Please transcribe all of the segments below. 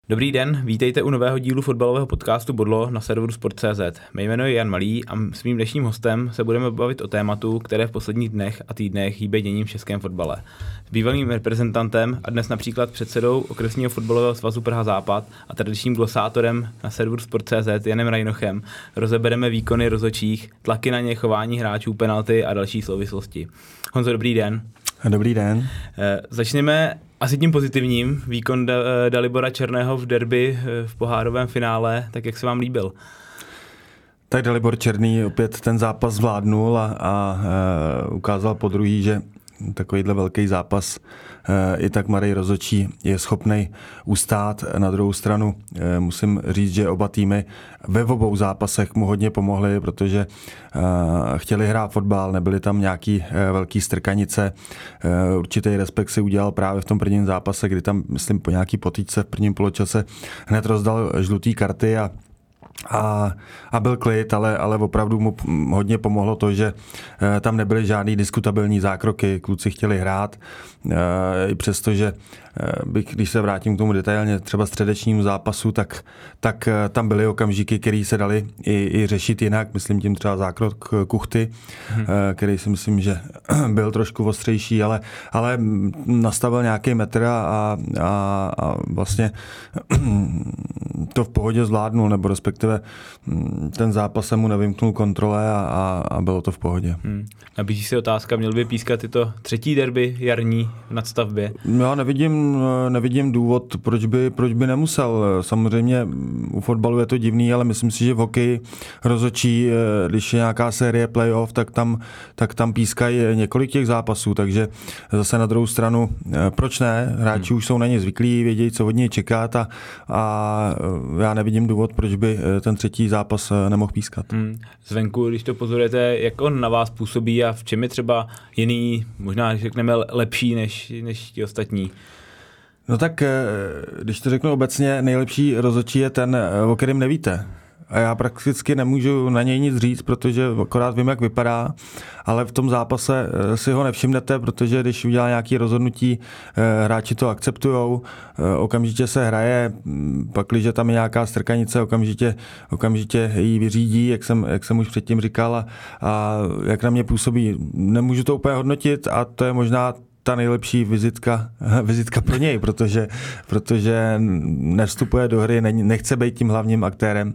Dobrý den, vítejte u nového dílu fotbalového podcastu Bodlo na serveru Sport.cz. Mé jméno je Jan Malý a s mým dnešním hostem se budeme bavit o tématu, které v posledních dnech a týdnech hýbe děním v českém fotbale. S bývalým reprezentantem a dnes například předsedou okresního fotbalového svazu Praha Západ a tradičním glosátorem na serveru Sport.cz Janem Rajnochem rozebereme výkony rozhodčích, tlaky na ně, chování hráčů, penalty a další souvislosti. Honzo, dobrý den. Dobrý den. Začněme asi tím pozitivním. Výkon Dalibora Černého v derby v pohárovém finále, tak jak se vám líbil? Tak Dalibor Černý opět ten zápas zvládnul a ukázal podruhý, že takovýhle velký zápas i tak Marek Rozhodčí je schopný ustát. Na druhou stranu musím říct, že oba týmy ve obou zápasech mu hodně pomohly, protože chtěli hrát fotbal, nebyly tam nějaký velký strkanice. Určitý respekt si udělal právě v tom prvním zápase, kdy tam, myslím, po nějaký potýčce v prvním poločase hned rozdal žlutý karty a byl klid, ale opravdu mu hodně pomohlo to, že tam nebyly žádný diskutabilní zákroky, kluci chtěli hrát, i přesto, že když se vrátím k tomu detailně třeba středečnímu zápasu, tak tam byly okamžiky, které se daly i řešit jinak, myslím tím třeba zákrok Kuchty, který si myslím, že byl trošku ostřejší, ale nastavil nějaký metr a vlastně to v pohodě zvládnul, nebo respektive ten zápas se mu nevymknul kontrole a bylo to v pohodě. Nabízí se otázka, měl by pískat tyto třetí derby jarní v nadstavbě? Já nevidím důvod, proč by nemusel. Samozřejmě u fotbalu je to divný, ale myslím si, že v hokeji rozhodčí, když je nějaká série playoff, tak tam pískají několik těch zápasů, takže zase na druhou stranu, proč ne? Hráči už jsou na ně zvyklí, vědějí, co od něj čekat a já nevidím důvod, proč by ten třetí zápas nemohl pískat. Zvenku, když to pozorujete, jak on na vás působí a v čem je třeba jiný, možná řekneme lepší než ti ostatní? No tak, když to řeknu obecně, nejlepší rozhodčí je ten, o kterém nevíte. A já prakticky nemůžu na něj nic říct, protože akorát vím, jak vypadá, ale v tom zápase si ho nevšimnete, protože když udělá nějaké rozhodnutí, hráči to akceptujou, okamžitě se hraje, pakliže tam je nějaká strkanice, okamžitě ji vyřídí, jak jsem už předtím říkal, a jak na mě působí. Nemůžu to úplně hodnotit a to je možná ta nejlepší vizitka pro něj, protože nevstupuje do hry, nechce být tím hlavním aktérem,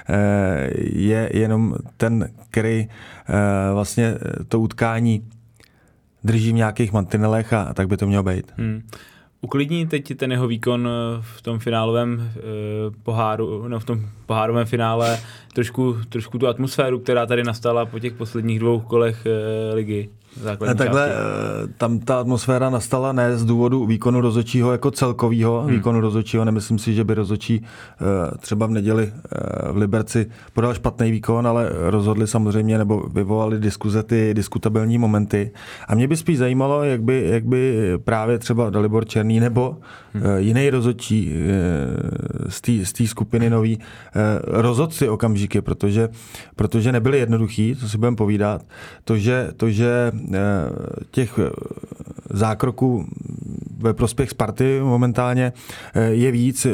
je jenom ten, který vlastně to utkání drží v nějakých mantinelech a tak by to mělo být. Uklidní teď ten jeho výkon v tom finálovém poháru, v tom pohárovém finále trošku tu atmosféru, která tady nastala po těch posledních 2 kolech ligy. Takhle tam ta atmosféra nastala ne z důvodu výkonu rozhodčího jako celkovýho výkonu rozhodčího. Nemyslím si, že by rozhodčí třeba v neděli v Liberci podal špatný výkon, ale rozhodli samozřejmě nebo vyvolali diskuze ty diskutabilní momenty. A mě by spíš zajímalo, jak by právě třeba Dalibor Černý nebo jiný rozhodčí z té skupiny nový rozhodl si okamžiky, protože nebyly jednoduchý, co si budeme povídat. To, že těch zákroků ve prospěch Sparty momentálně je víc.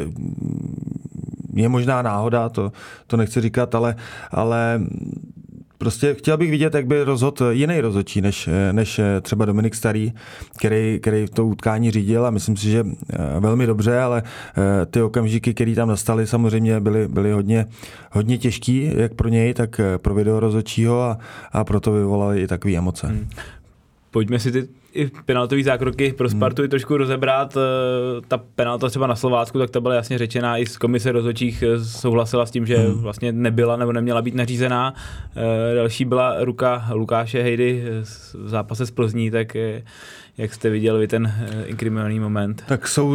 Je možná náhoda, to nechci říkat, ale prostě chtěl bych vidět, jak by rozhodl jiný rozhodčí, než třeba Dominik Starý, který to utkání řídil a myslím si, že velmi dobře, ale ty okamžiky, které tam nastaly, samozřejmě byly hodně těžký, jak pro něj, tak pro videorozhodčího a proto vyvolaly i takové emoce. Pojďme si ty i penaltový zákroky pro Spartu i trošku rozebrat. Ta penalta třeba na Slovácku, tak ta byla jasně řečená, i z komise rozhodčích souhlasila s tím, že vlastně nebyla nebo neměla být nařízená. Další byla ruka Lukáše Hejdy v zápase s Plzní, tak jak jste viděl vy ten inkriminovaný moment? Tak jsou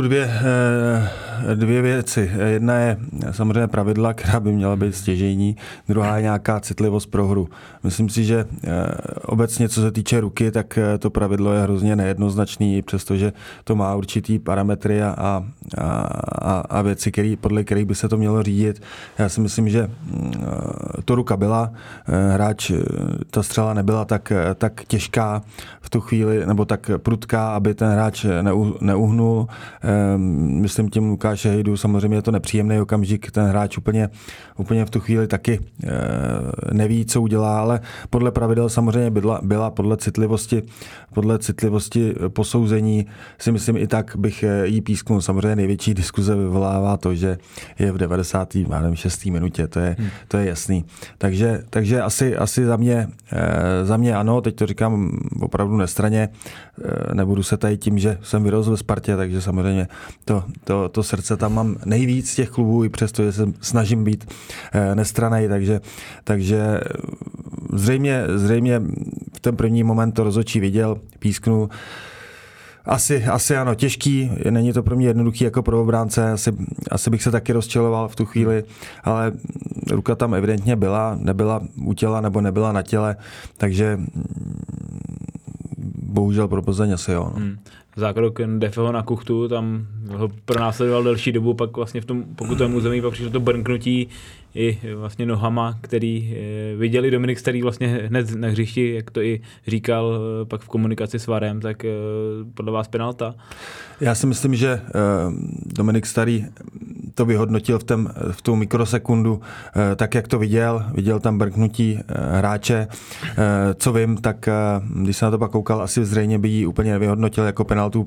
dvě věci. Jedna je samozřejmě pravidla, která by měla být stěžejní, druhá je nějaká citlivost pro hru. Myslím si, že obecně, co se týče ruky, tak to pravidlo je hrozně nejednoznačný, přestože to má určitý parametry a věci, podle kterých by se to mělo řídit. Já si myslím, že to ruka byla, ta střela nebyla tak těžká v tu chvíli, nebo tak prudká, aby ten hráč neuhnul. Myslím tím Lukáše Hejdu, samozřejmě je to nepříjemný okamžik, ten hráč úplně v tu chvíli taky neví, co udělá, ale podle pravidel samozřejmě byla podle citlivosti posouzení, si myslím i tak bych jí písknul. Samozřejmě největší diskuze vyvolává to, že je v 96. minutě, to je jasný. Takže asi za mě ano, teď to říkám opravdu nestranně, nebudu se tady tím, že jsem vyrostl ve Spartě, takže samozřejmě to srdce tam mám nejvíc z těch klubů, i přesto, že se snažím být nestranný, takže zřejmě v ten první moment to rozhodčí viděl, písknul. Asi ano, těžký, není to pro mě jednoduchý jako pro obránce, asi bych se taky rozčiloval v tu chvíli, ale ruka tam evidentně nebyla u těla nebo nebyla na těle, takže bohužel pro Plzeň asi jo. No. Zákrok Defeho na Kuchtu, tam ho pronásledoval delší dobu, pak vlastně v tom pokutovém území pak přišlo to brnknutí i vlastně nohama, který viděli Dominik Starý vlastně hned na hřišti, jak to i říkal pak v komunikaci s VARem, tak podle vás penalta? Já si myslím, že Dominik Starý to vyhodnotil v tu mikrosekundu tak, jak to viděl tam brnknutí hráče. Co vím, tak když se na to pak koukal, asi zřejmě by ji úplně nevyhodnotil jako penaltu,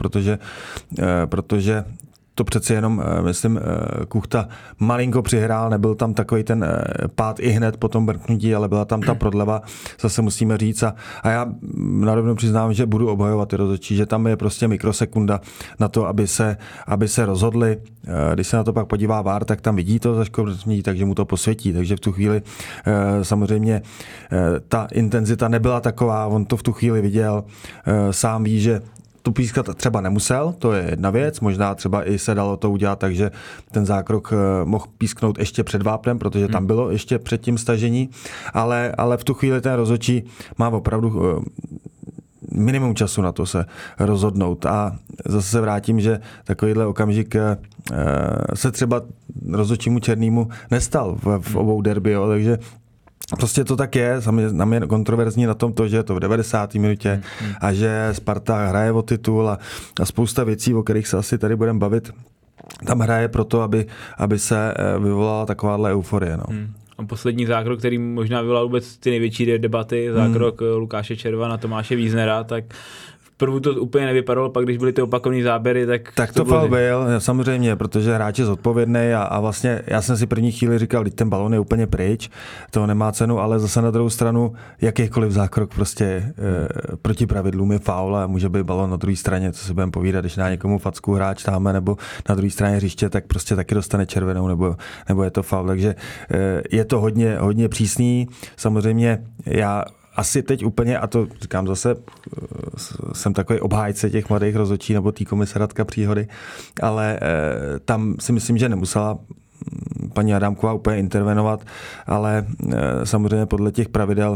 protože to přece jenom, myslím, Kuchta malinko přihrál, nebyl tam takový ten pád i hned po tom brknutí, ale byla tam ta prodleva, zase musíme říct. A já narovnou přiznám, že budu obhajovat ty rozhodčí, že tam je prostě mikrosekunda na to, aby se rozhodli. Když se na to pak podívá VAR, tak tam vidí to zaškodnění, takže mu to posvětí. Takže v tu chvíli samozřejmě ta intenzita nebyla taková, on to v tu chvíli viděl, sám ví, že tu pískat třeba nemusel, to je jedna věc, možná třeba i se dalo to udělat, takže ten zákrok mohl písknout ještě před vápnem, protože tam bylo ještě před tím stažení, ale v tu chvíli ten rozhodčí má opravdu minimum času na to se rozhodnout. A zase se vrátím, že takovýhle okamžik se třeba rozhodčímu Černýmu nestal v obou derby, jo, takže prostě to tak je, nám je kontroverzní na tom to, že je to v 90. minutě a že Sparta hraje o titul a spousta věcí, o kterých se asi tady budeme bavit, tam hraje proto, aby se vyvolala takováhle euforie. No. A poslední zákrok, který možná vyvolal vůbec ty největší debaty, zákrok Lukáše Červa na Tomáše Víznera, tak prvu to úplně nevypadalo, pak když byly ty opakované záběry, tak to faul byl, samozřejmě, protože hráč je zodpovědný a vlastně já jsem si první chvíli říkal, že ten balon je úplně pryč, to nemá cenu, ale zase na druhou stranu jakýkoliv zákrok prostě proti pravidlům je faul a může být balon na druhé straně, co si budeme povídat, když na někomu facku hráč táme nebo na druhé straně hřiště, tak prostě taky dostane červenou nebo je to faul, takže je to hodně přísný, samozřejmě já asi teď úplně, a to říkám zase, jsem takový obhájce těch mladých rozhodčí nebo té komise Radka Příhody, ale tam si myslím, že nemusela paní Adámková úplně intervenovat, ale samozřejmě podle těch pravidel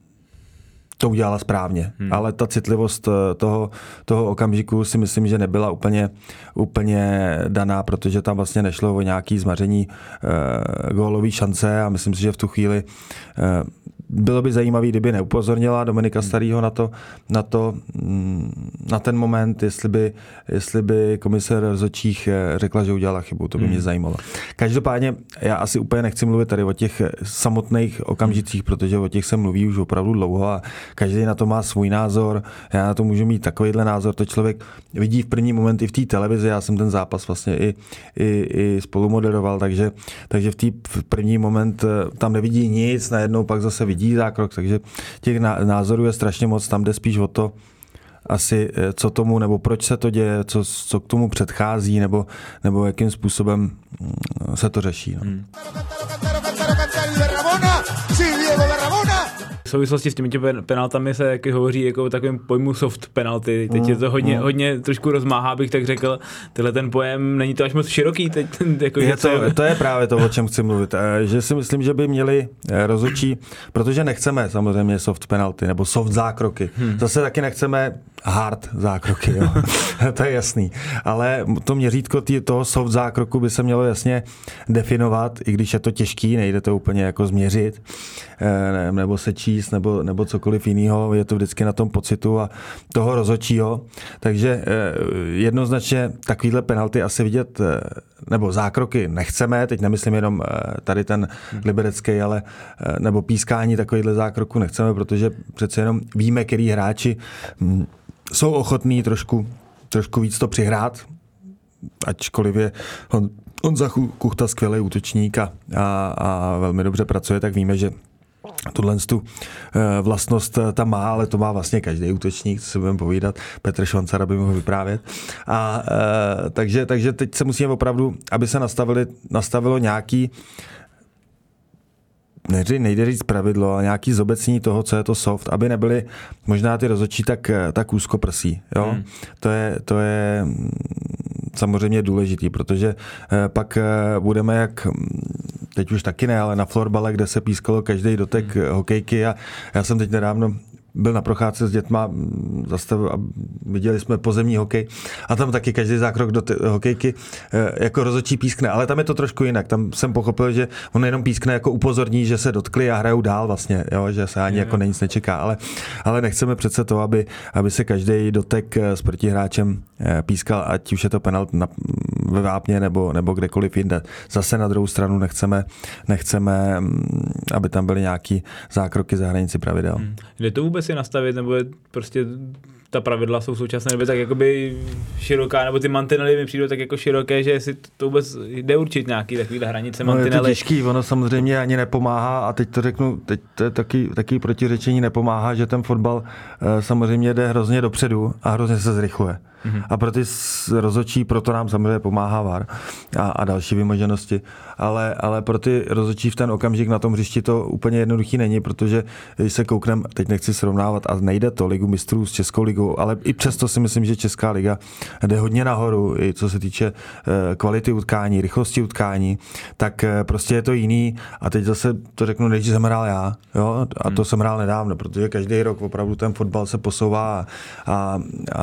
to udělala správně. Ale ta citlivost toho okamžiku si myslím, že nebyla úplně daná, protože tam vlastně nešlo o nějaké zmaření gólové šance a myslím si, že v tu chvíli bylo by zajímavé, kdyby neupozornila Dominika Starýho na ten moment, jestli by komise rozhodčích řekla, že udělala chybu, to by mě zajímalo. Každopádně já asi úplně nechci mluvit tady o těch samotných okamžicích, protože o těch se mluví už opravdu dlouho a každý na to má svůj názor. Já na to můžu mít takovýhle názor, to člověk vidí v první moment i v té televizi, já jsem ten zápas vlastně i spolumoderoval, takže v první moment tam nevidí nic, najednou pak zase vidí zákrok, takže těch názorů je strašně moc, tam jde spíš o to, asi co tomu, nebo proč se to děje, co k tomu předchází, nebo jakým způsobem se to řeší. No. V souvislosti s těmi penaltami se taky hovoří jako o takovém pojmu soft penalty. Teď je to hodně trošku rozmáhá, bych tak řekl. Tenhle ten pojem, není to až moc široký. Teď, jako to je právě to, o čem chci mluvit. Že si myslím, že by měli rozhodčí, protože nechceme samozřejmě soft penalty nebo soft zákroky. Zase taky nechceme hard zákroky. Jo. To je jasný. Ale to měřítko toho soft zákroku by se mělo jasně definovat, i když je to těžký, nejde to úplně jako změřit nebo se číst, navíc nebo cokoliv jiného, je to vždycky na tom pocitu a toho rozhodčího. Takže jednoznačně takovýhle penalty asi vidět, nebo zákroky nechceme, teď nemyslím jenom tady ten liberecký, ale nebo pískání takovýhle zákroku nechceme, protože přece jenom víme, který hráči jsou ochotní trošku víc to přihrát, ačkoliv je Honza Kuchta skvělý útočník a velmi dobře pracuje, tak víme, že tuhle vlastnost tam má, ale to má vlastně každý útočník, co si budeme povídat. Petr Švancara by mohl vyprávět. Takže teď se musíme opravdu, aby se nastavilo nějaký, nejde říct pravidlo, ale nějaký zobecnění toho, co je to soft, aby nebyly možná ty rozhodčí tak úzkoprsí. Jo? To je samozřejmě důležitý, protože pak budeme jak, teď už taky ne, ale na florbale, kde se pískalo každý dotek hokejky a já jsem teď nedávno byl na procházce s dětma, a viděli jsme pozemní hokej a tam taky každý zákrok do hokejky jako rozhodčí pískne, ale tam je to trošku jinak. Tam jsem pochopil, že on jenom pískne jako upozorní, že se dotkli a hrajou dál vlastně, jo? Že se ani jako nic nečeká, ale nechceme přece to, aby se každý dotek s protihráčem pískal, ať už je to penalt ve vápně nebo kdekoliv jinde. Zase na druhou stranu nechceme, aby tam byly nějaký zákroky za hranici pravidel. Jde to vůbec je nastavit, nebo je prostě ta pravidla jsou v současné době tak jakoby široká, nebo ty mantinely mi přijdou tak jako široké, že si to vůbec jde určit nějaký takovýhle hranice mantinely. Je to těžký, ono samozřejmě ani nepomáhá a teď to řeknu, teď to je taky protiřečení, nepomáhá, že ten fotbal samozřejmě jde hrozně dopředu a hrozně se zrychluje. A pro ty rozhodčí, proto nám samozřejmě pomáhá VAR a další vymoženosti, ale pro ty rozhodčí v ten okamžik na tom hřišti to úplně jednoduchý není, protože když se kouknem, teď nechci srovnávat a nejde to Ligu mistrů s Českou ligou, ale i přesto si myslím, že Česká liga jde hodně nahoru, i co se týče kvality utkání, rychlosti utkání, tak prostě je to jiný a teď zase to řeknu, než jsem hrál já, jo? A to jsem hrál nedávno, protože každý rok opravdu ten fotbal se posouvá a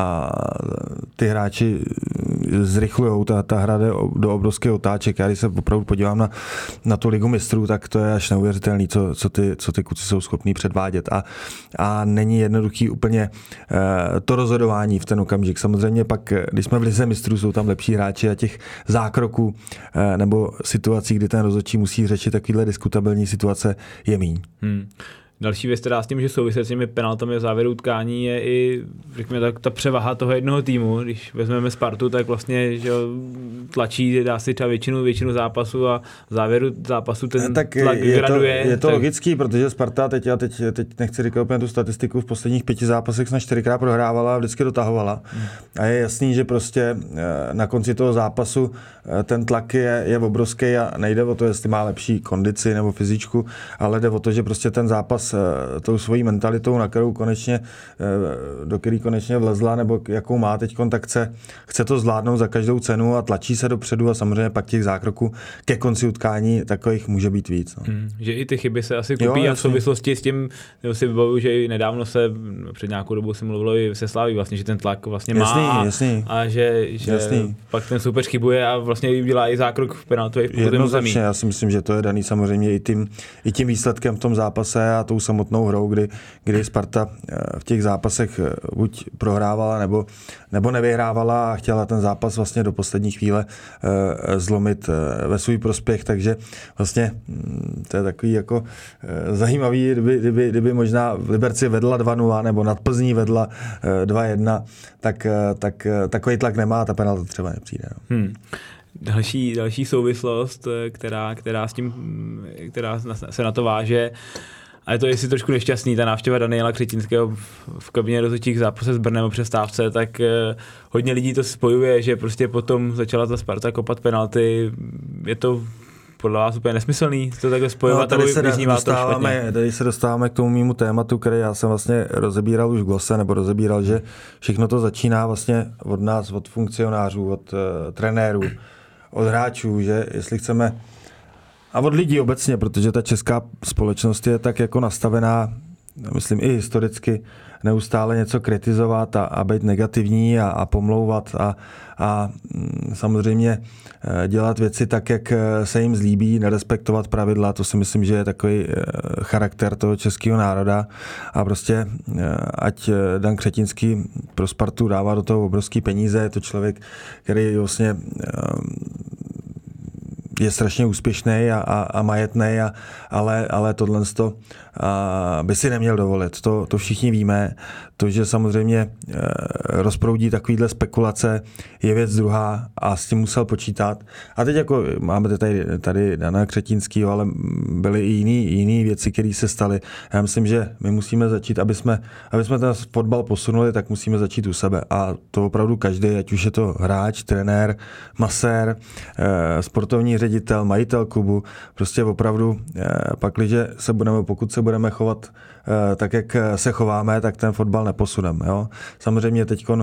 ty hráči zrychlujou, ta hra jde do obrovského otáček. Já když se opravdu podívám na tu Ligu mistrů, tak to je až neuvěřitelný, co ty kluci jsou schopní předvádět. A není jednoduchý úplně to rozhodování v ten okamžik. Samozřejmě pak, když jsme v Lize mistrů, jsou tam lepší hráči a těch zákroků nebo situací, kdy ten rozhodčí musí řešit takovýhle diskutabilní situace, je míň. Další věc, která s tím, že souvisí s těmi penaltami v závěru utkání, je i, řekněme, ta převaha toho jednoho týmu. Když vezmeme Spartu, tak vlastně že tlačí, dá si třeba většinu zápasu a v závěru zápasu ten tlak graduje. Je to logický, protože Sparta teď nechci říkat úplně tu statistiku, v posledních 5 zápasech jsme 4krát prohrávala a vždycky dotahovala. A je jasný, že prostě na konci toho zápasu ten tlak je obrovský a nejde o to, jestli má lepší kondici nebo fyzičku, ale jde o to, že prostě ten zápas tou svojí mentalitou, do který konečně vlezla, nebo jakou má teď tak chce to zvládnout za každou cenu a tlačí se dopředu a samozřejmě pak těch zákroků ke konci utkání takových může být víc. No. Že i ty chyby se asi kupí a v souvislosti s tím, si vybavuju, že i nedávno před nějakou dobou se mluvilo i se Slaví vlastně, že ten tlak vlastně má a že pak ten soupeř chybuje a vlastně udělá i zákrok v penaltu. Jednoznačně, já si myslím, že to je daný samozřejmě i tím výsledkem v tom zápase a tou samotnou hrou, kdy Sparta v těch zápasech buď prohrávala nebo nevyhrávala a chtěla ten zápas vlastně do poslední chvíle zlomit ve svůj prospěch, takže vlastně to je takový jako zajímavý, kdyby možná v Liberci vedla 2-0 nebo nad Plzní vedla 2-1, tak takový tlak nemá, ta penalta třeba nepřijde. No. Další souvislost, která se na to váže, a je to jestli trošku nešťastný, ta návštěva Daniela Křetínského v kabině rozhodčích zápasech s Brnem o přestávce, tak hodně lidí to spojuje, že prostě potom začala ta Sparta kopat penalty. Je to podle vás úplně nesmyslný to takhle spojovat? Tady se dostáváme k tomu mému tématu, který já jsem vlastně rozebíral už v Glose, že všechno to začíná vlastně od nás, od funkcionářů, od trenérů, od hráčů, že jestli chceme a od lidí obecně, protože ta česká společnost je tak jako nastavená, myslím i historicky, neustále něco kritizovat a být negativní a pomlouvat a samozřejmě dělat věci tak, jak se jim zlíbí, nerespektovat pravidla, to si myslím, že je takový charakter toho českého národa a prostě ať Dan Křetínský pro Spartu dává do toho obrovský peníze, je to člověk, který vlastně je strašně úspěšný a majetný, ale tohle by si neměl dovolit. To všichni víme. To, že samozřejmě rozproudí takovýhle spekulace, je věc druhá a s tím musel počítat. A teď jako máme tady Dana Křetínskýho, ale byly i jiné věci, které se staly. Já myslím, že my musíme začít, aby jsme ten fotbal posunuli, tak musíme začít u sebe. A to opravdu každý, ať už je to hráč, trenér, masér, sportovní ředitel, majitel klubu, prostě opravdu pokud se budeme chovat tak, jak se chováme, tak ten fotbal neposuneme. Jo? Samozřejmě teďkon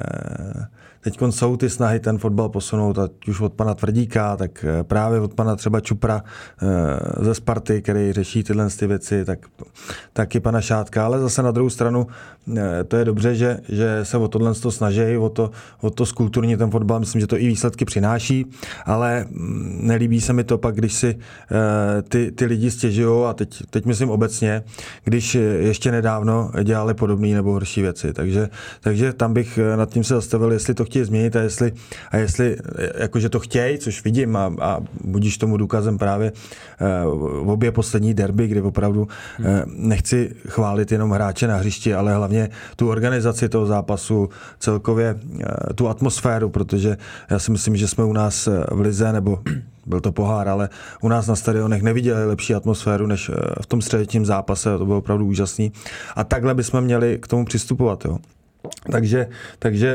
jsou ty snahy ten fotbal posunout, ať už od pana Tvrdíka, tak právě od pana třeba Čupra ze Sparty, který řeší tyhle věci, tak i pana Šátka. Ale zase na druhou stranu to je dobře, že se o tohle snaží, o to zkulturní ten fotbal. Myslím, že to i výsledky přináší, ale nelíbí se mi to pak, když si ty lidi stěžují, a teď myslím obecně, když ještě nedávno dělali podobné nebo horší věci. Takže tam bych nad tím se zastavil, jestli to chtějí změnit a jestli jakože to chtějí, což vidím a budíš tomu důkazem právě v obě poslední derby, kdy opravdu nechci chválit jenom hráče na hřišti, ale hlavně tu organizaci toho zápasu, celkově tu atmosféru, protože já si myslím, že jsme u nás v lize, nebo byl to pohár, ale u nás na stadionech neviděli lepší atmosféru než v tom středečním zápase, to bylo opravdu úžasný. A takhle bychom měli k tomu přistupovat. Jo. Takže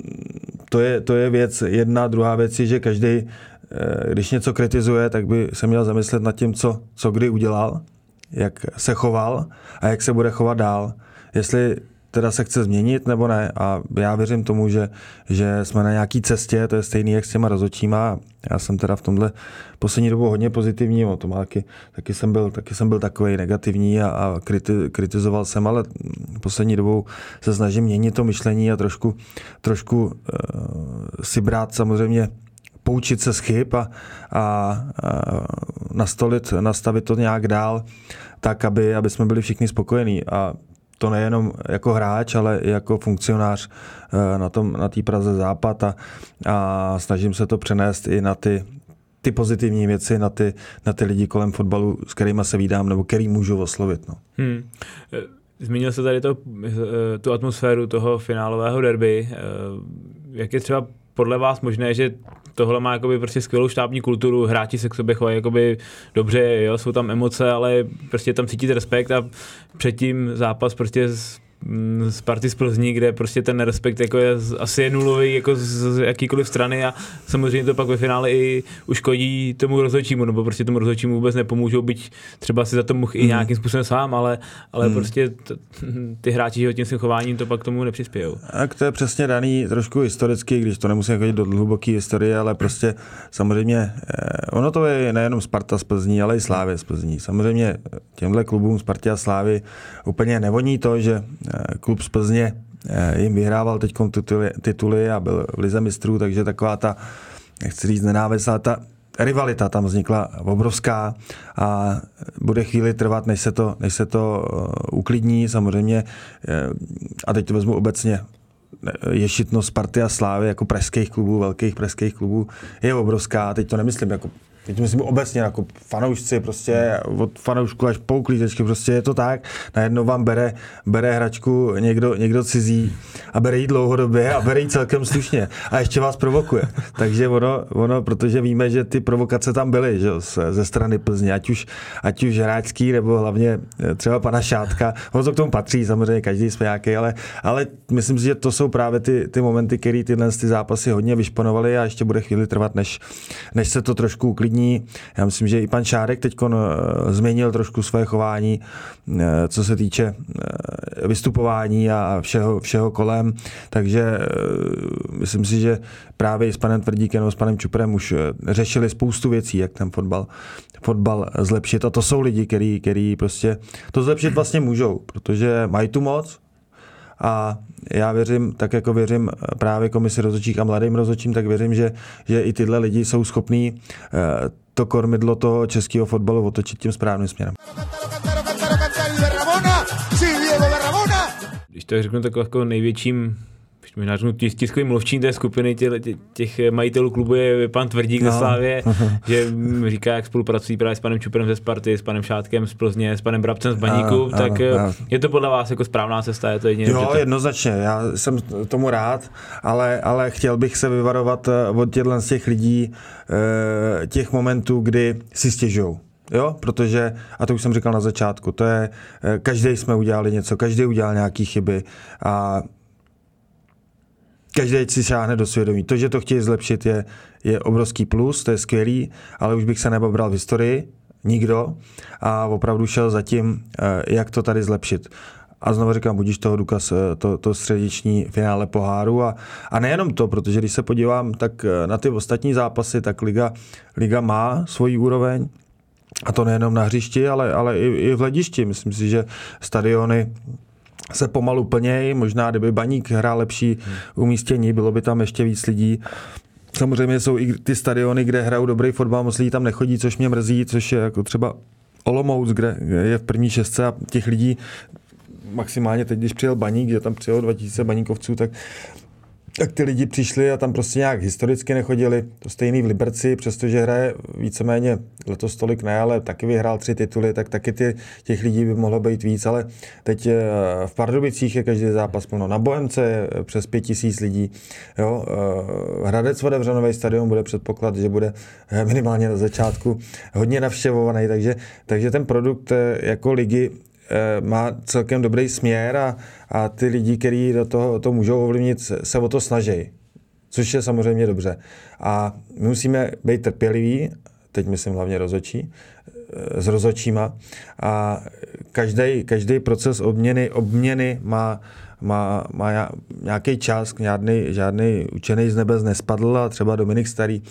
to je věc jedna. Druhá věc je, že každý, když něco kritizuje, tak by se měl zamyslet nad tím, co kdy udělal, jak se choval a jak se bude chovat dál. Jestli teda se chce změnit nebo ne. A já věřím tomu, že jsme na nějaký cestě, to je stejný jak s těma rozhodčíma. Já jsem teda v tomhle poslední dobu hodně pozitivní, o tom taky jsem byl takovej negativní a kritizoval jsem, ale poslední dobou se snažím měnit to myšlení a trošku si brát samozřejmě, poučit se z chyb a nastavit to nějak dál, tak, aby jsme byli všichni spokojení. A to nejenom jako hráč, ale i jako funkcionář na té Praze Západ a snažím se to přenést i na ty pozitivní věci, na ty lidi kolem fotbalu, s kterýma se vídám, nebo který můžu oslovit. No. Zmínil se tady tu atmosféru toho finálového derby. Jak je třeba podle vás možné, že tohle má jakoby prostě skvělou štábní kulturu, hráči se k sobě chovají jakoby dobře, jo, jsou tam emoce, ale prostě tam cítit respekt a předtím zápas prostě z Party z Plzní, kde prostě ten respekt jako je asi nulový jako z jakýkoliv strany a samozřejmě to pak ve finále i uškodí tomu rozhodčímu, nebo prostě tomu rozhodčímu vůbec nepomůžou, byť třeba si za to mohl i nějakým způsobem sám, ale prostě ty hráči tím svým chováním to pak tomu nepřispějou. Tak to je přesně daný trošku historicky, když to nemusíme chodit do hluboké historie, ale prostě samozřejmě ono to je nejenom Sparta z Plzní, ale i Slavie z Plzní. Samozřejmě těmhle klubům Spartě a Slávy úplně nevoní to, že klub z Plzně jim vyhrával teď tituly a byl v lize mistrů, takže taková ta, nechci říct nenávist, ale ta rivalita tam vznikla obrovská a bude chvíli trvat, než se to uklidní samozřejmě. A teď to vezmu obecně. Ješitnost Sparty a Slávy jako pražských klubů, velkých pražských klubů je obrovská. Teď to nemyslím jako teď myslím obecně jako fanoušci, prostě od fanoušku až po uklízečky, prostě je to tak. Najednou vám bere hračku někdo cizí a bere jí dlouhodobě a bere jí celkem slušně a ještě vás provokuje. Takže ono, protože víme, že ty provokace tam byly, že, ze strany Plzně, ať už hráčský, nebo hlavně třeba pana Šátka. Ono to k tomu patří, samozřejmě každý jsme nějaký, ale myslím si, že to jsou právě ty momenty, které tyhle zápasy hodně vyšponovaly a ještě bude chvíli trvat, než se to trošku uklidní. solidní. Já myslím, že i pan Šárek teď změnil trošku své chování, co se týče vystupování a všeho kolem. Takže myslím si, že právě s panem Tvrdíkem nebo s panem Čuprem už řešili spoustu věcí, jak ten fotbal zlepšit. A to jsou lidi, který prostě to zlepšit vlastně můžou, protože mají tu moc. A já věřím, tak jako věřím právě komisi rozhodčích a mladým rozhodčím, tak věřím, že i tyhle lidi jsou schopní to kormidlo toho českého fotbalu otočit tím správným směrem. Když to řeknu tak jako největším tiskovým mluvčím té skupiny těch majitelů klubu je pan Tvrdík ze Slávie, že říká, jak spolupracují právě s panem Čuprem ze Sparty, s panem Šátkem z Plzně, s panem Brabcem z Baníku, tak je to podle vás jako správná cesta? Je to jedině, jo, jednoznačně, já jsem tomu rád, ale chtěl bych se vyvarovat od z těch lidí, těch momentů, kdy si stěžujou. Jo, protože, a to už jsem říkal na začátku, to je, každý jsme udělali něco, každý udělal nějaký chyby a každý si šáhne do svědomí. To, že to chtějí zlepšit, je obrovský plus, to je skvělý, ale už bych se nebabral v historii, nikdo, a opravdu šel za tím, jak to tady zlepšit. A znovu říkám, budíš toho důkaz, to středeční finále poháru a nejenom to, protože když se podívám tak na ty ostatní zápasy, tak liga má svoji úroveň, a to nejenom na hřišti, ale i v hledišti. Myslím si, že stadiony se pomalu plnějí, možná kdyby Baník hrál lepší umístění, bylo by tam ještě víc lidí. Samozřejmě jsou i ty stadiony, kde hrajou dobrý fotbal, moc lidí tam nechodí, což mě mrzí, což je jako třeba Olomouc, kde je v první šestce a těch lidí maximálně teď, když přijel Baník, že tam přijelo 2000 baníkovců, tak ty lidi přišli a tam prostě nějak historicky nechodili. To stejný v Liberci, přestože hraje víceméně letos tolik ne, ale taky vyhrál 3 tituly, tak taky těch lidí by mohlo být víc, ale teď v Pardubicích je každý zápas plno. Na Bohemce je přes 5000 lidí. Jo? Hradec Otevřenový stadion bude předpoklad, že bude minimálně na začátku hodně navštěvovaný, takže ten produkt jako ligy má celkem dobrý směr a ty lidi, kteří do toho to můžou ovlivnit, se o to snaží, což je samozřejmě dobře. A my musíme být trpěliví, teď myslím hlavně rozhodčí, s rozhodčíma, a každý proces obměny má nějaký čas, žádný učený z nebes nespadl a třeba Dominik Starý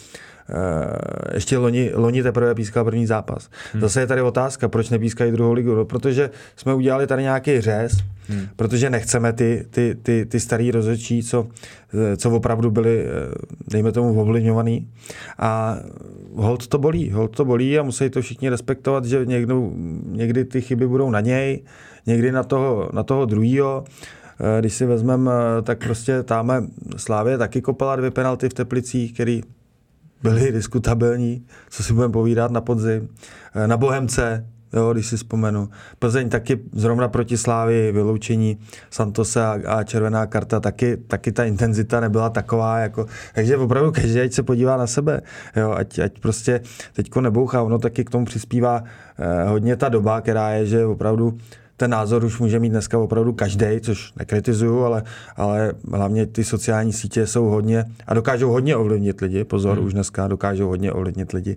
ještě loni teprve pískal první zápas. Zase je tady otázka, proč nepískají druhou ligu? No, protože jsme udělali tady nějaký řez, protože nechceme ty starý rozhodčí, co opravdu byli, dejme tomu, ovlivňovaný. A holt to bolí a musí to všichni respektovat, že někdy ty chyby budou na něj, někdy na toho druhýho. Když si vezmeme, tak prostě táme Slávě taky kopala 2 penalty v Teplicích, který byly diskutabilní, co si budeme povídat na podzim. Na Bohemce, jo, když si vzpomenu. Plzeň taky zrovna proti Slávii, vyloučení Santose a červená karta, taky ta intenzita nebyla taková. Takže opravdu každý, ať se podívá na sebe. Jo, ať prostě teďko nebouchá. Ono taky k tomu přispívá hodně ta doba, která je, že opravdu ten názor už může mít dneska opravdu každej, což nekritizuju, ale hlavně ty sociální sítě jsou hodně a dokážou hodně ovlivnit lidi. Pozor, už dneska dokážou hodně ovlivnit lidi.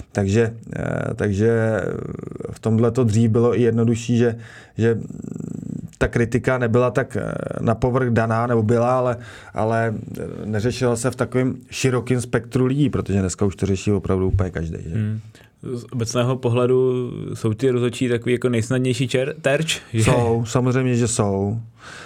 Takže v tomhle to dřív bylo i jednodušší, že ta kritika nebyla tak na povrch daná, nebo byla, ale neřešila se v takovém širokém spektru lidí, protože dneska už to řeší opravdu úplně každý. Z obecného pohledu jsou ty rozhodčí takový jako nejsnadnější terč? Jsou, samozřejmě, že jsou.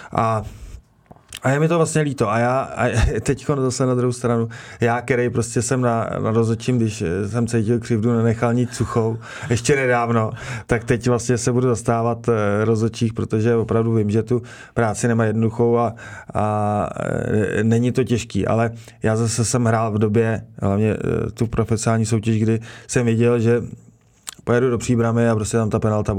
A je mi to vlastně líto. A teď zase na druhou stranu, já, který prostě jsem na rozhodčím, když jsem cítil křivdu, nenechal nic suchou, ještě nedávno, tak teď vlastně se budu zastávat rozhodčích, protože opravdu vím, že tu práci nemá jednoduchou a není to těžký. Ale já zase jsem hrál v době, hlavně tu profesionální soutěž, kdy jsem věděl, že pojedu do Příbramy a prostě tam ta penalta bude.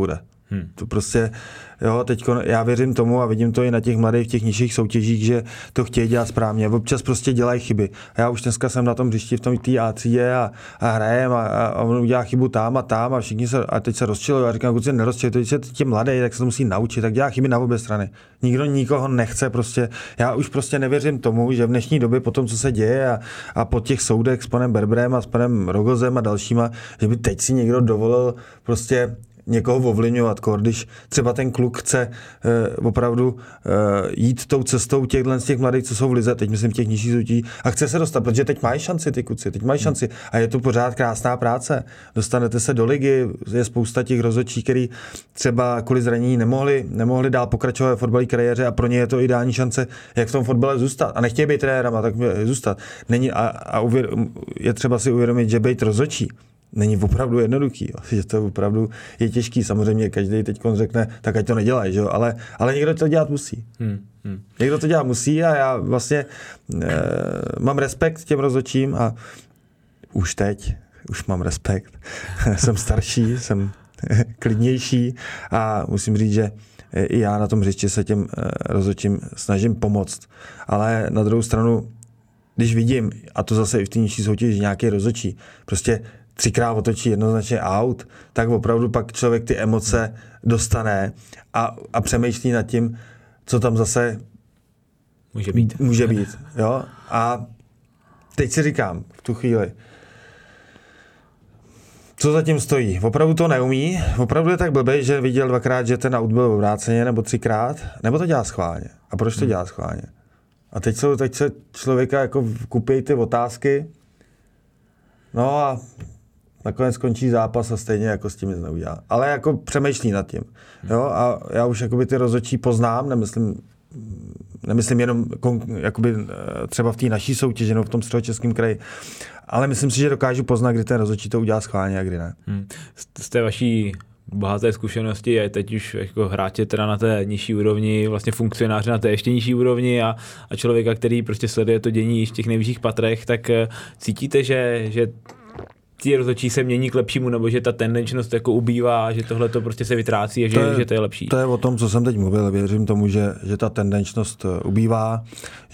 To prostě, jo, teďko já věřím tomu a vidím to i na těch mladých, v těch nižších soutěžích, že to chtějí dělat správně. Občas prostě dělají chyby. A já už dneska jsem na tom hřišti v tom té A3 a hrajem a on udělá chybu tam a všichni a teď se rozčilují a říkám, kluci nerozčilují, teď je mladý, tak se to musí naučit, tak dělá chyby na obě strany. Nikdo nikoho nechce prostě. Já už prostě nevěřím tomu, že v dnešní době po tom, co se děje a po těch soudech s panem Berberem a s panem Rogozem a dalšíma, že by teď si někdo dovolil prostě někoho ovlivňovat, když třeba ten kluk chce opravdu jít tou cestou z těch mladých, co jsou v lize, teď myslím v těch nižších soutěží, a chce se dostat, protože teď mají šanci ty kluci, teď mají šanci a je to pořád krásná práce. Dostanete se do ligy, je spousta těch rozhodčí, který třeba kvůli zranění nemohli dál pokračovat ve fotbalové kariéře a pro ně je to ideální šance, jak v tom fotbale zůstat. A nechtějí být trenérama, tak zůstat. Není je třeba si uvědomit, že být rozhodčí není opravdu jednoduchý, že to opravdu je těžký. Samozřejmě každý teď řekne, tak ať to nedělají, že? Ale někdo to dělat musí. Někdo to dělat musí a já vlastně mám respekt těm rozhodčím a už mám respekt. Jsem starší, jsem klidnější a musím říct, že i já na tom hřišti se těm rozhodčím snažím pomoct. Ale na druhou stranu, když vidím, a to zase i v té nižší soutěži, nějaký rozhodčí, prostě 3krát otočí jednoznačně out, tak opravdu pak člověk ty emoce dostane a přemýšlí nad tím, co tam zase může být. Jo? A teď si říkám v tu chvíli, co zatím stojí. Opravdu to neumí, opravdu je tak blbej, že viděl 2krát, že ten out byl obráceně, nebo 3krát, nebo to dělá schválně. A proč to dělá schválně? A teď se člověka jako kupí ty otázky, no a nakonec skončí zápas a stejně jako s tím nic neudělá. Ale jako přemýšlí nad tím. Jo? A já už jakoby ty rozhodčí poznám, nemyslím jenom jakoby třeba v té naší soutěži, no v tom Středočeském kraji, ale myslím si, že dokážu poznat, kdy ten rozhodčí to udělá schválně a kdy ne. Z té vaší bohaté zkušenosti a teď už jako hráče teda na té nižší úrovni, vlastně funkcionáře na té ještě nižší úrovni a člověka, který prostě sleduje to dění v těch nejvyšších patrech, tak cítíte, že ty rozhodčí se mění k lepšímu, nebo že ta tendenčnost jako ubývá, že tohle to prostě se vytrácí a že to je lepší? To je o tom, co jsem teď mluvil. Věřím tomu, že ta tendenčnost ubývá,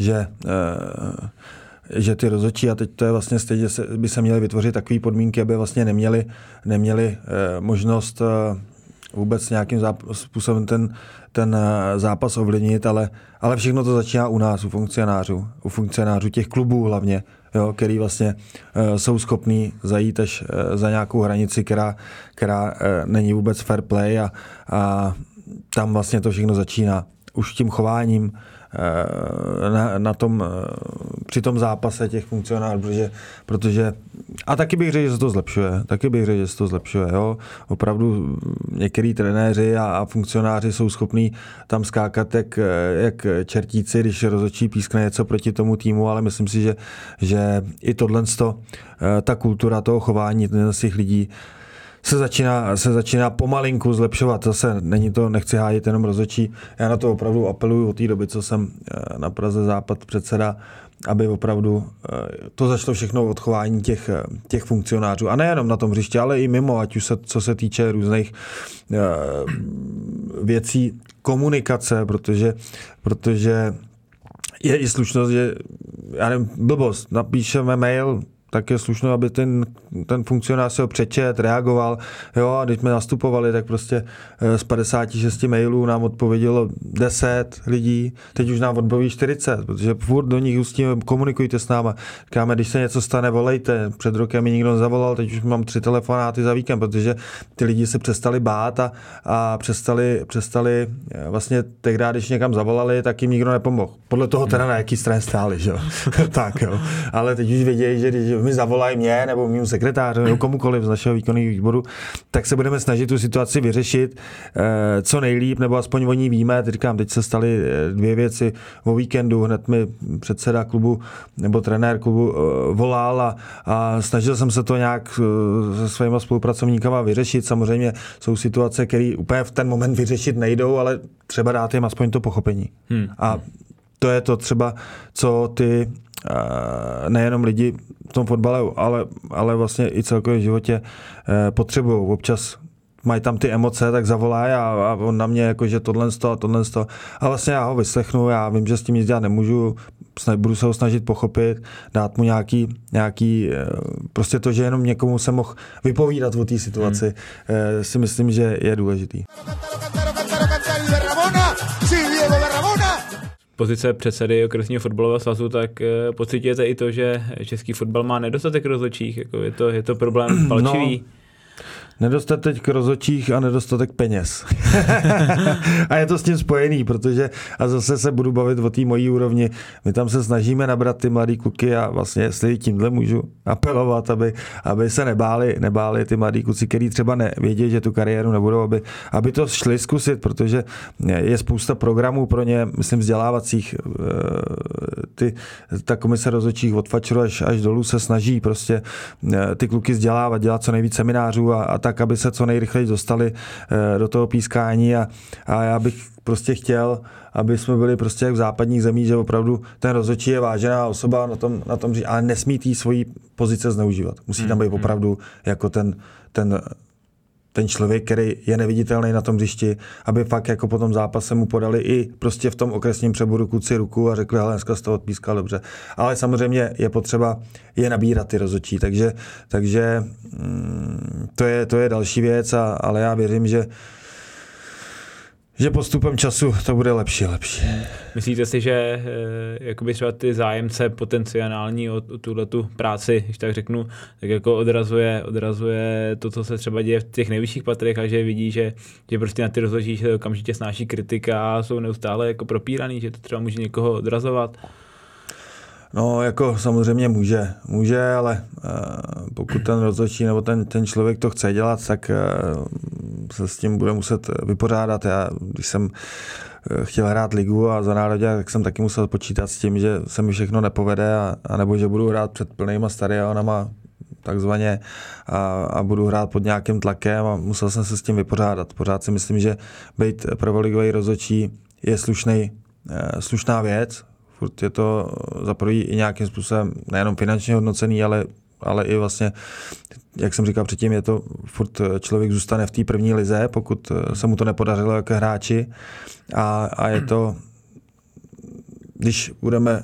že ty rozhodčí, a teď to je vlastně stejně, by se měly vytvořit takové podmínky, aby vlastně neměli možnost vůbec nějakým způsobem ten zápas ovlivnit, ale všechno to začíná u nás, u funkcionářů těch klubů hlavně, jo, který vlastně jsou schopní zajít až za nějakou hranici, která není vůbec fair play a tam vlastně to všechno začíná. Už tím chováním při tom zápase těch funkcionářů, protože a taky bych řekl, že se to zlepšuje. Jo? Opravdu některý trenéři a funkcionáři jsou schopní tam skákat jak čertíci, když rozhodčí pískne něco proti tomu týmu, ale myslím si, že i ta kultura toho chování z těch lidí se začíná pomalinku zlepšovat. Zase nechci hájit jenom rozhodčí. Já na to opravdu apeluju od té doby, co jsem na Praze Západ předseda, aby opravdu to začalo všechno od chování těch funkcionářů. A nejenom na tom hřišti, ale i mimo, ať už co se týče různých věcí komunikace, protože je i slušnost, že já nevím, blbost, napíšeme mail, tak je slušno, aby ten funkcionář se ho přečet, reagoval. Jo, a když jsme nastupovali, tak prostě z 56 mailů nám odpovědělo 10 lidí, teď už nám odpoví 40, protože furt do nich ustíme, komunikujte s náma. Říkáme, když se něco stane, volejte. Před rokem mi nikdo nezavolal, teď už mám 3 telefonáty za víkend, protože ty lidi se přestali bát a přestali vlastně tehdy, když někam zavolali, tak jim nikdo nepomohl. Podle toho teda na jaký straně stáli, že jo. Tak jo. Ale teď už vědějí, že když mi zavolají mě nebo mému sekretáři nebo komukoliv z našeho výkonného výboru, tak se budeme snažit tu situaci vyřešit co nejlíp, nebo aspoň o ní víme. Teď se staly 2 věci o víkendu, hned mi předseda klubu nebo trenér klubu volal a snažil jsem se to nějak se svýma spolupracovníkama vyřešit. Samozřejmě jsou situace, které úplně v ten moment vyřešit nejdou, ale třeba dát jim aspoň to pochopení. A to je to třeba, co ty nejenom lidi v tom fotbale, ale vlastně i celkově v životě potřebují. Občas mají tam ty emoce, tak zavolají a on na mě jako, že tohle. A vlastně já ho vyslechnu, já vím, že s tím nic dělat nemůžu, budu se ho snažit pochopit, dát mu nějaký prostě to, že jenom někomu se mohl vypovídat o té situaci, si myslím, že je důležitý. Pozice předsedy okresního fotbalového svazu, tak pocitujete i to, že český fotbal má nedostatek rozhodčích, jako je to problém palčivý? No. Nedostatek rozhodčích a nedostatek peněz. A je to s tím spojený, protože, a zase se budu bavit o té mojí úrovni, my tam se snažíme nabrat ty mladý kluky a vlastně, jestli tímhle můžu apelovat, aby se nebáli ty mladý kluci, který třeba nevědí, že tu kariéru nebudou, aby to šli zkusit, protože je spousta programů pro ně, myslím, vzdělávacích. Ta komise rozhodčích od fačru až dolů se snaží prostě ty kluky vzdělávat, dělat co nejvíc seminářů a tak, aby se co nejrychleji dostali do toho pískání a já bych prostě chtěl, aby jsme byli prostě jak v západních zemích, že opravdu ten rozhodčí je vážená osoba na tom, ale nesmí tý svojí pozice zneužívat. Musí tam být opravdu jako ten člověk, který je neviditelný na tom hřišti, aby fakt jako po tom zápase mu podali i prostě v tom okresním přeboru kluci ruku a řekli, hele, dneska z toho odpískal dobře. Ale samozřejmě je potřeba je nabírat ty rozhodčí, takže to je další věc, ale já věřím, že postupem času to bude lepší. Myslíte si, že jakoby třeba ty zájemce potenciální o tuhletu práci, když tak řeknu, tak jako odrazuje to, co se třeba děje v těch nejvyšších patrech a že vidí, že prostě na ty rozhodčí se okamžitě snáší kritika a jsou neustále jako propíraný, že to třeba může někoho odrazovat? No, jako samozřejmě může, ale pokud ten rozhodčí nebo ten člověk to chce dělat, tak se s tím bude muset vypořádat. Já, když jsem chtěl hrát ligu a za národě, tak jsem taky musel počítat s tím, že se mi všechno nepovede a nebo že budu hrát před plnýma stadionama takzvaně a budu hrát pod nějakým tlakem a musel jsem se s tím vypořádat. Pořád si myslím, že být prvoligový rozhodčí je slušná věc. Furt je to za první i nějakým způsobem nejenom finančně hodnocený, ale i vlastně, jak jsem říkal předtím, je to furt člověk zůstane v té první lize, pokud se mu to nepodařilo jako hráči a je to, když budeme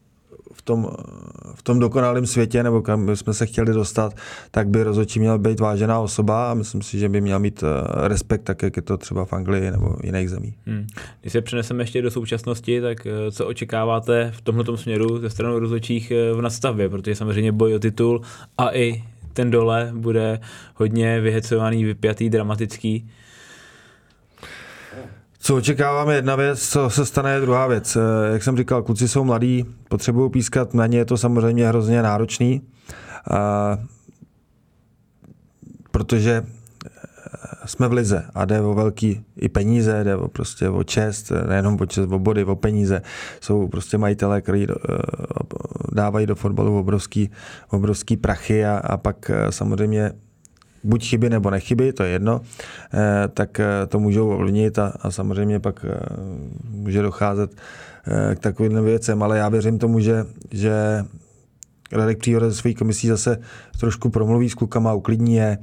v tom dokonalém světě, nebo kam bychom se chtěli dostat, tak by rozhodčí měl být vážená osoba a myslím si, že by měl mít respekt, tak jak je to třeba v Anglii nebo jiných zemích. Když se přeneseme ještě do současnosti, tak co očekáváte v tomhletom směru ze strany rozhodčích v nadstavbě, protože samozřejmě boj o titul a i ten dole bude hodně vyhecovaný, vypjatý, dramatický. Co očekáváme, jedna věc, co se stane, je druhá věc. Jak jsem říkal, kluci jsou mladí, potřebují pískat, na ně je to samozřejmě hrozně náročný, protože jsme v lize a jde o velký i peníze, jde prostě o čest, nejenom o čest, o body, o peníze. Jsou prostě majitelé, kteří dávají do fotbalu obrovský prachy a pak samozřejmě buď chyby nebo nechyby, to je jedno, tak to můžou ovlivnit a samozřejmě pak může docházet k takovým věcem, ale já věřím tomu, že Radek Příhoda ze svojí komisí zase trošku promluví s klukama, uklidní je,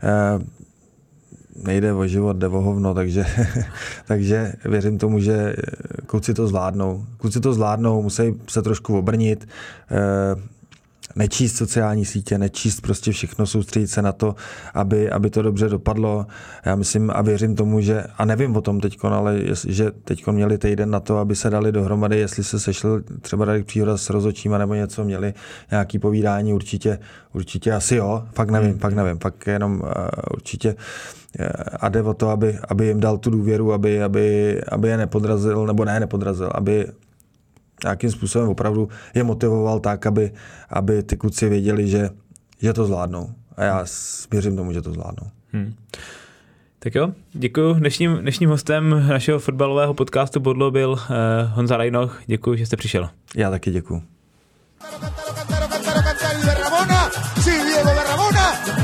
nejde o život, jde o hovno, takže věřím tomu, že kluci to zvládnou, musí se trošku obrnit, nečíst sociální sítě, nečíst prostě všechno, soustředit se na to, aby to dobře dopadlo. Já myslím a věřím tomu, že, a nevím o tom teďkon, ale že teďkon měli týden na to, aby se dali dohromady, jestli se sešel třeba Radek Příhoda s rozhodčíma nebo něco, měli nějaký povídání, určitě asi jo, fakt nevím, fakt jenom určitě a jde o to, aby jim dal tu důvěru, aby je nepodrazil, nebo nepodrazil, aby nějakým způsobem opravdu je motivoval tak, aby ty kluci věděli, že to zvládnou. A já věřím tomu, že to zvládnou. Tak jo, děkuji. Dnešním hostem našeho fotbalového podcastu Bodlo byl Honza Rajnoch. Děkuji, že jste přišel. Já taky děkuji.